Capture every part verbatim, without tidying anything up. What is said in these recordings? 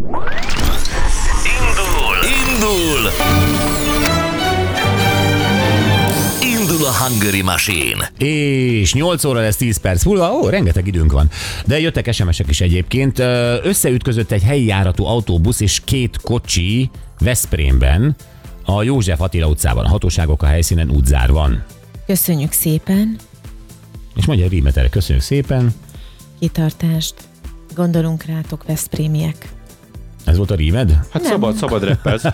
Indul! Indul! Indul a Hungary Machine. És nyolc óra lesz tíz perc múlva, ó, rengeteg időnk van. De jöttek es em esek is egyébként. Összeütközött egy helyi járatú autóbusz és két kocsi Veszprémben, a József Attila utcában. A hatóságok a helyszínen, útzár van. Köszönjük szépen. És mondja a rímet erre, köszönjük szépen. Kitartást. Gondolunk rátok, veszprémiek. Ez volt a rímed? Hát Nem. szabad, szabad reppelsz.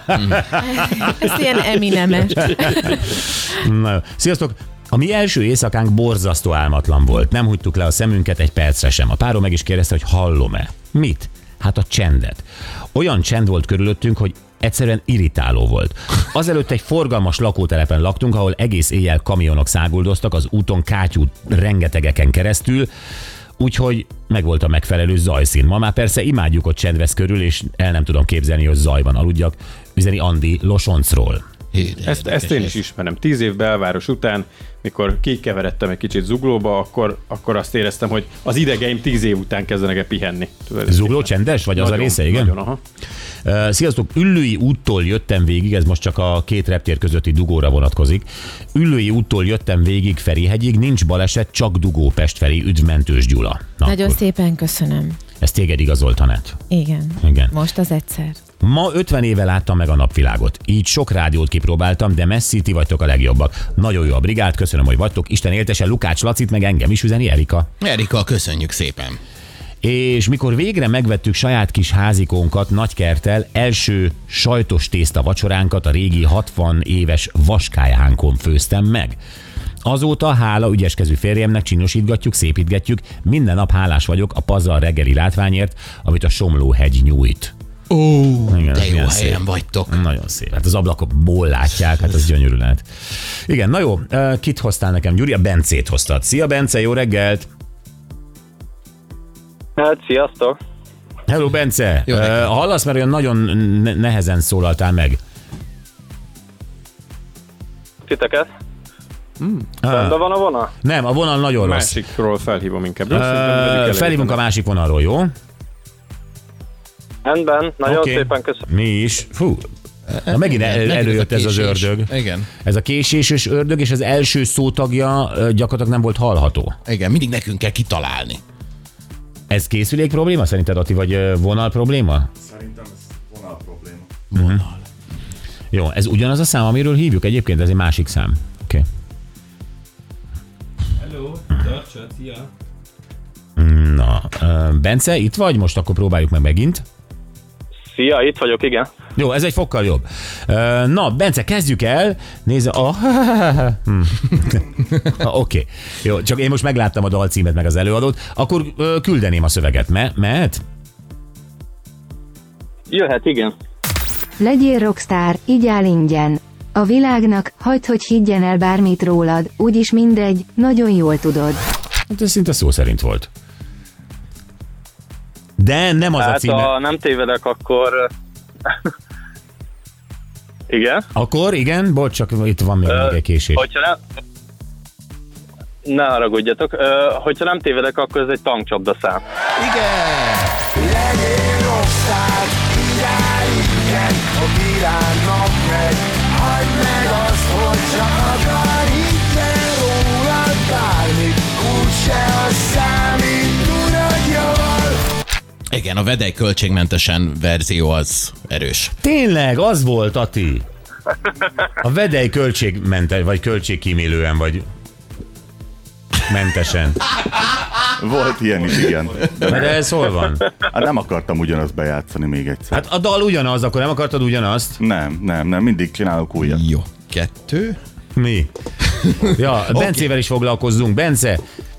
Ez ilyen eminemes. Na jó. Sziasztok! A mi első éjszakánk borzasztó álmatlan volt. Nem húgytuk le a szemünket egy percre sem. A párom meg is kérdezte, hogy hallom-e. Mit? Hát a csendet. Olyan csend volt körülöttünk, hogy egyszerűen irritáló volt. Azelőtt egy forgalmas lakótelepen laktunk, ahol egész éjjel kamionok száguldoztak az úton kátyú rengetegeken keresztül, úgyhogy megvolt a megfelelő zajszín. Ma már persze imádjuk, hogy csend vesz körül, és el nem tudom képzelni, hogy zaj van. Aludjak, üzeni Andi Losoncról. Hé, ezt, ezt én is ismerem. Tíz év belváros után, mikor kikeveredtem egy kicsit Zuglóba, akkor, akkor azt éreztem, hogy az idegeim tíz év után kezdenek el pihenni. Zugló csendes? Vagy nagyon, az a része, igen? Nagyon, aha. Sziasztok, Üllői úttól jöttem végig, ez most csak a két reptér közötti dugóra vonatkozik. Üllői úttól jöttem végig Ferihegyig, nincs baleset, csak dugó Pest felé, üdv Mentős Gyula. Na, Nagyon akkor szépen köszönöm. ez téged igazolt, Anett. Igen. Igen. Most az egyszer. Ma ötven éve láttam meg a napvilágot. Így sok rádiót kipróbáltam, de messzi ti vagytok a legjobbak. Nagyon jó a brigád, köszönöm, hogy vagytok. Isten éltesen Lukács Lacit, meg engem is, üzeni Erika. Erika, köszönjük szépen. És mikor végre megvettük saját kis házikónkat Nagykerttel, első sajtos tészta vacsoránkat a régi hatvan éves vaskályhánkon főztem meg. Azóta hála ügyeskező férjemnek csinosítgatjuk, szépítgetjük, minden nap hálás vagyok a pazar reggeli látványért, amit a Somló-hegy nyújt. Ó, Igen, de jó milyen helyen szép. vagytok. Nagyon szép. Hát az ablakból látják, hát az gyönyörű lehet. Igen, na jó, kit hoztál nekem, Gyuri? A Bencét hoztad. Szia, Bence, jó reggelt! Hát, sziasztok! Hello, Bence! Jó reggelt. Uh, hallasz, mert olyan nagyon ne- nehezen szólaltál meg. Titeket? Ah, Rendben van a vonal? nem, a vonal nagyon rossz. Másikról felhívom inkább. Uh, Uh, felhívunk a másik vonalról, jó? Rendben, nagyon Oké. szépen köszönöm. Mi is. Fú, na megint el, Megint előjött ez az késés. ördög. Igen. Ez a késéses ördög, és az első szótagja ö, gyakorlatilag nem volt hallható. Igen, mindig nekünk kell kitalálni. Ez készülék probléma szerinted, Ati, vagy ö, vonal probléma? Szerintem ez vonal probléma. Vonal. Jó, ez ugyanaz a szám, amiről hívjuk egyébként, ez egy másik szám. Oké. Okay. Hello, Darcsa, szia! Na, ö, Bence, itt vagy? Most akkor próbáljuk meg megint. Szia, itt vagyok, igen. Jó, ez egy fokkal jobb. Ö, Na, Bence, kezdjük el. Nézd, oh, hm. Oké, okay. Jó, csak én most megláttam a dalcímet meg az előadót. Akkor ö, küldeném a szöveget. Me- mehet? Jöhet, igen. Legyél rockstar, így áll ingyen. A világnak, hagyd, hogy higgyen el bármit rólad, úgyis mindegy, nagyon jól tudod. Hát ez szinte szó szerint volt. De nem az a Hát címe. ha nem tévedek, akkor... igen? Akkor igen, bocs, csak itt van még, Ö, még egy késés. Hogyha nem... Ne haragudjatok. Ö, hogyha nem tévedek, akkor ez egy tankcsapda szám. Igen! Legyél rockstar, így áll ingyen, a világnak megy. Hagyd meg azt, hogy csak akar, higgyen rólad bármit, úgyse az számít, tudod jól. Igen, a Vedej költségmentesen verzió az erős. Tényleg, az volt, Ati. A Vedej költségmente, vagy költségkímélően, vagy mentesen. Volt ilyen is, igen. De, De ez hol van? hát nem akartam ugyanazt bejátszani még egyszer. Hát a dal ugyanaz, akkor nem akartad ugyanazt? Nem, nem, nem, mindig csinálok újat. Jó. Kettő. Mi? Ja, Bencével is foglalkozzunk. Bence,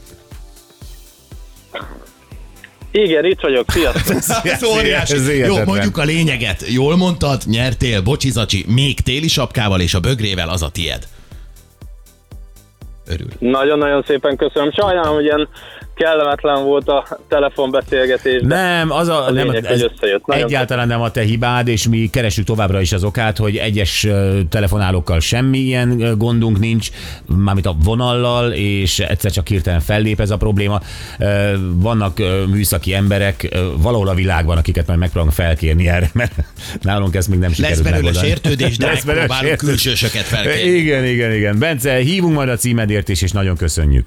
Igen, itt vagyok, sziasztok. Ez óriási. Ez Jó, hihetetlen. mondjuk a lényeget. Jól mondtad, nyertél, bocsizacsi, még téli sapkával és a bögrével, az a tied. Örül. Nagyon-nagyon szépen köszönöm. Sajnálom, hogy ilyen kellemetlen volt a telefonbeszélgetés. de Nem, az a, a nem, lényeg, ez hogy összejött. Nagyon egyáltalán nem a te hibád, és mi keressük továbbra is az okát, hogy egyes ö, telefonálókkal semmi ilyen ö, gondunk nincs, mármint a vonallal, és egyszer csak hirtelen fellép ez a probléma. Ö, Vannak ö, műszaki emberek ö, valahol a világban, akiket majd megpróbálunk felkérni erre, mert nálunk ezt még nem Lesz sikerült belőle megoldani. sértődés, de Lesz belőle megpróbálunk sértődés. külsősöket felkérni. Igen, igen, igen. Bence, hívunk majd a címedért is, és nagyon köszönjük.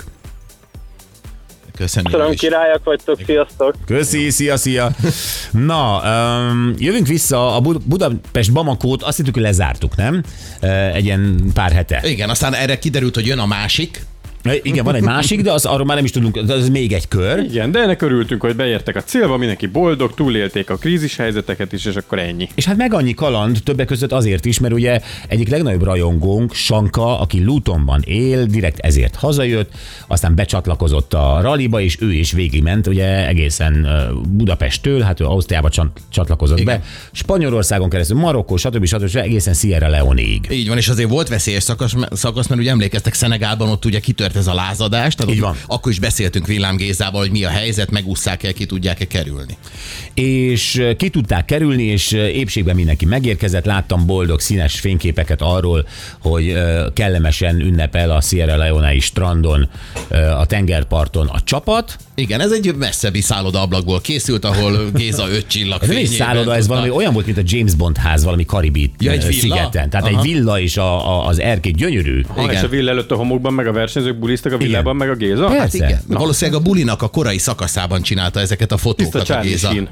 Köszönjük Köszönöm, is. királyak vagytok, sziasztok! Köszi, szia, szia. Na, um, jövünk vissza a Bud- Budapest Bamakót, azt hittük, hogy lezártuk, nem? Uh, egy ilyen pár hete. Igen, aztán erre kiderült, hogy jön a másik. Igen, van egy másik, de az, arról már nem is tudunk, de ez még egy kör. Igen, de ennek örültünk, hogy beértek a célba, mindenki boldog, túlélték a krízis helyzeteket is, és akkor ennyi. És hát meg annyi kaland többek között azért is, mert ugye egyik legnagyobb rajongónk, Sanka, aki Lutonban él, direkt ezért hazajött, aztán becsatlakozott a raliba, és ő is végigment, ugye egészen Budapesttől, hát ő Ausztriába csatlakozott Igen. be, Spanyolországon keresztül, Marokkó, stb. stb. Egészen Sierra Leoneig. Így van, és azért volt veszélyes szakasz, szakasz mert ugye emlékeztek, Szenegálban ott ugye kitört ez a lázadás, tehát Így ott van. akkor is beszéltünk Villám Gézával, hogy mi a helyzet, megússzák-e, ki tudják-e kerülni. És ki tudták kerülni, és épségben mindenki megérkezett. Láttam boldog színes fényképeket arról, hogy kellemesen ünnepel a Sierra Leonei strandon, a tengerparton a csapat. Igen, ez egy messzebbi szállodaablakból készült, ahol Géza öt csillag Ez nem egy fényében szálloda, ez tudta- valami olyan volt, mint a James Bond ház, valami karibi Ja, egy villa? szigeten. Tehát Aha. egy villa és a, a, az erkély gyönyörű. Ha, és a vill előtt a homokban, meg a versenyzők buliztak a villában, meg a Géza? Persze. Hát igen, valószínűleg a bulinak a korai szakaszában csinálta ezeket a Tiszta fotókat a Charlie Géza. Sheen.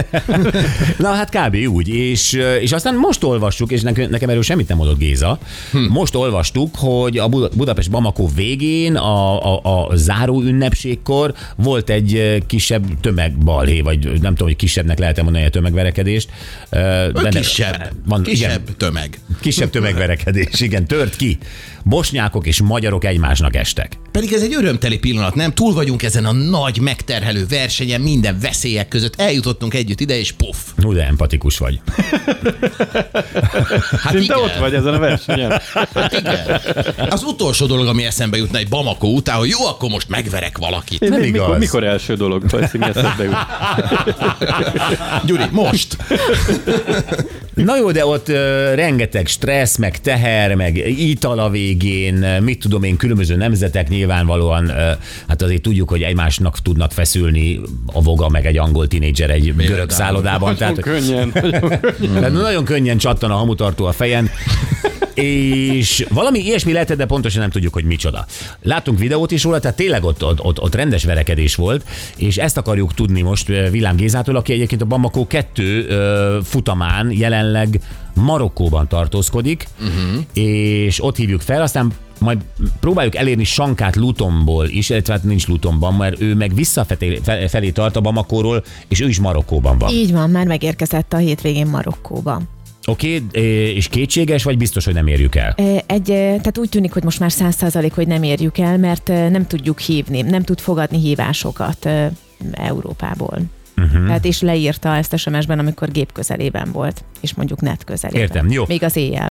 Na hát kb. Úgy, és, és aztán most olvassuk, és nekem, nekem erről semmit nem mondott Géza, hm. most olvastuk, hogy a Bud- Budapest Bamako végén, a, a, a záró ünnepségkor volt egy kisebb tömegbalhé, vagy nem tudom, hogy kisebbnek lehet-e mondani a tömegverekedést. De Ö, ne- kisebb, van, kisebb igen, tömeg. kisebb tömegverekedés, igen, tört ki. Bosnyákok és magyarok egymásnak estek. Pedig ez egy örömteli pillanat, nem? Túl vagyunk ezen a nagy, megterhelő versenyen, minden veszélyek között, eljutottunk együtt ide, és puff. Hú, de empatikus vagy. Hát Szinte igen. ott vagy ezen a versenyen. Hát igen. Az utolsó dolog, ami eszembe jutna egy Bamako után, hogy jó, akkor most megverek valakit. Nem Mi- igaz. Mikor, mikor első dolog, Bajszi, mi eszedbe jut? Gyuri, most. Na jó, de ott uh, rengeteg stressz, meg teher, meg ital a végén, mit tudom én, különböző nemzetek nyilvánvalóan, uh, hát azért tudjuk, hogy egymásnak tudnak feszülni a voga, meg egy angol tinédzser egy görög szállodában. Nagyon könnyen. Nagyon Tehát nagyon könnyen csattan a hamutartó a fejen. És valami ilyesmi lehetett, de pontosan nem tudjuk, hogy micsoda. Láttunk videót is róla, tehát tényleg ott, ott, ott, ott rendes verekedés volt, és ezt akarjuk tudni most Villám Gézától, aki egyébként a Bamako kettő uh, futamán jelenleg Marokkóban tartózkodik, uh-huh. és ott hívjuk fel, aztán majd próbáljuk elérni Sankát Lutonból is, illetve hát nincs Lutonban, mert ő meg visszafelé tart a Bamakóról, és ő is Marokkóban van. Így van, már megérkezett a hétvégén Marokkóba. Oké, okay, és kétséges, vagy biztos, hogy nem érjük el? Egy, tehát úgy tűnik, hogy most már száz százalék, hogy nem érjük el, mert nem tudjuk hívni, nem tud fogadni hívásokat Európából. Uh-huh. Tehát és leírta ezt es em es-ben, amikor gép közelében volt, és mondjuk net közelében. Értem, jó. Még az éjjel.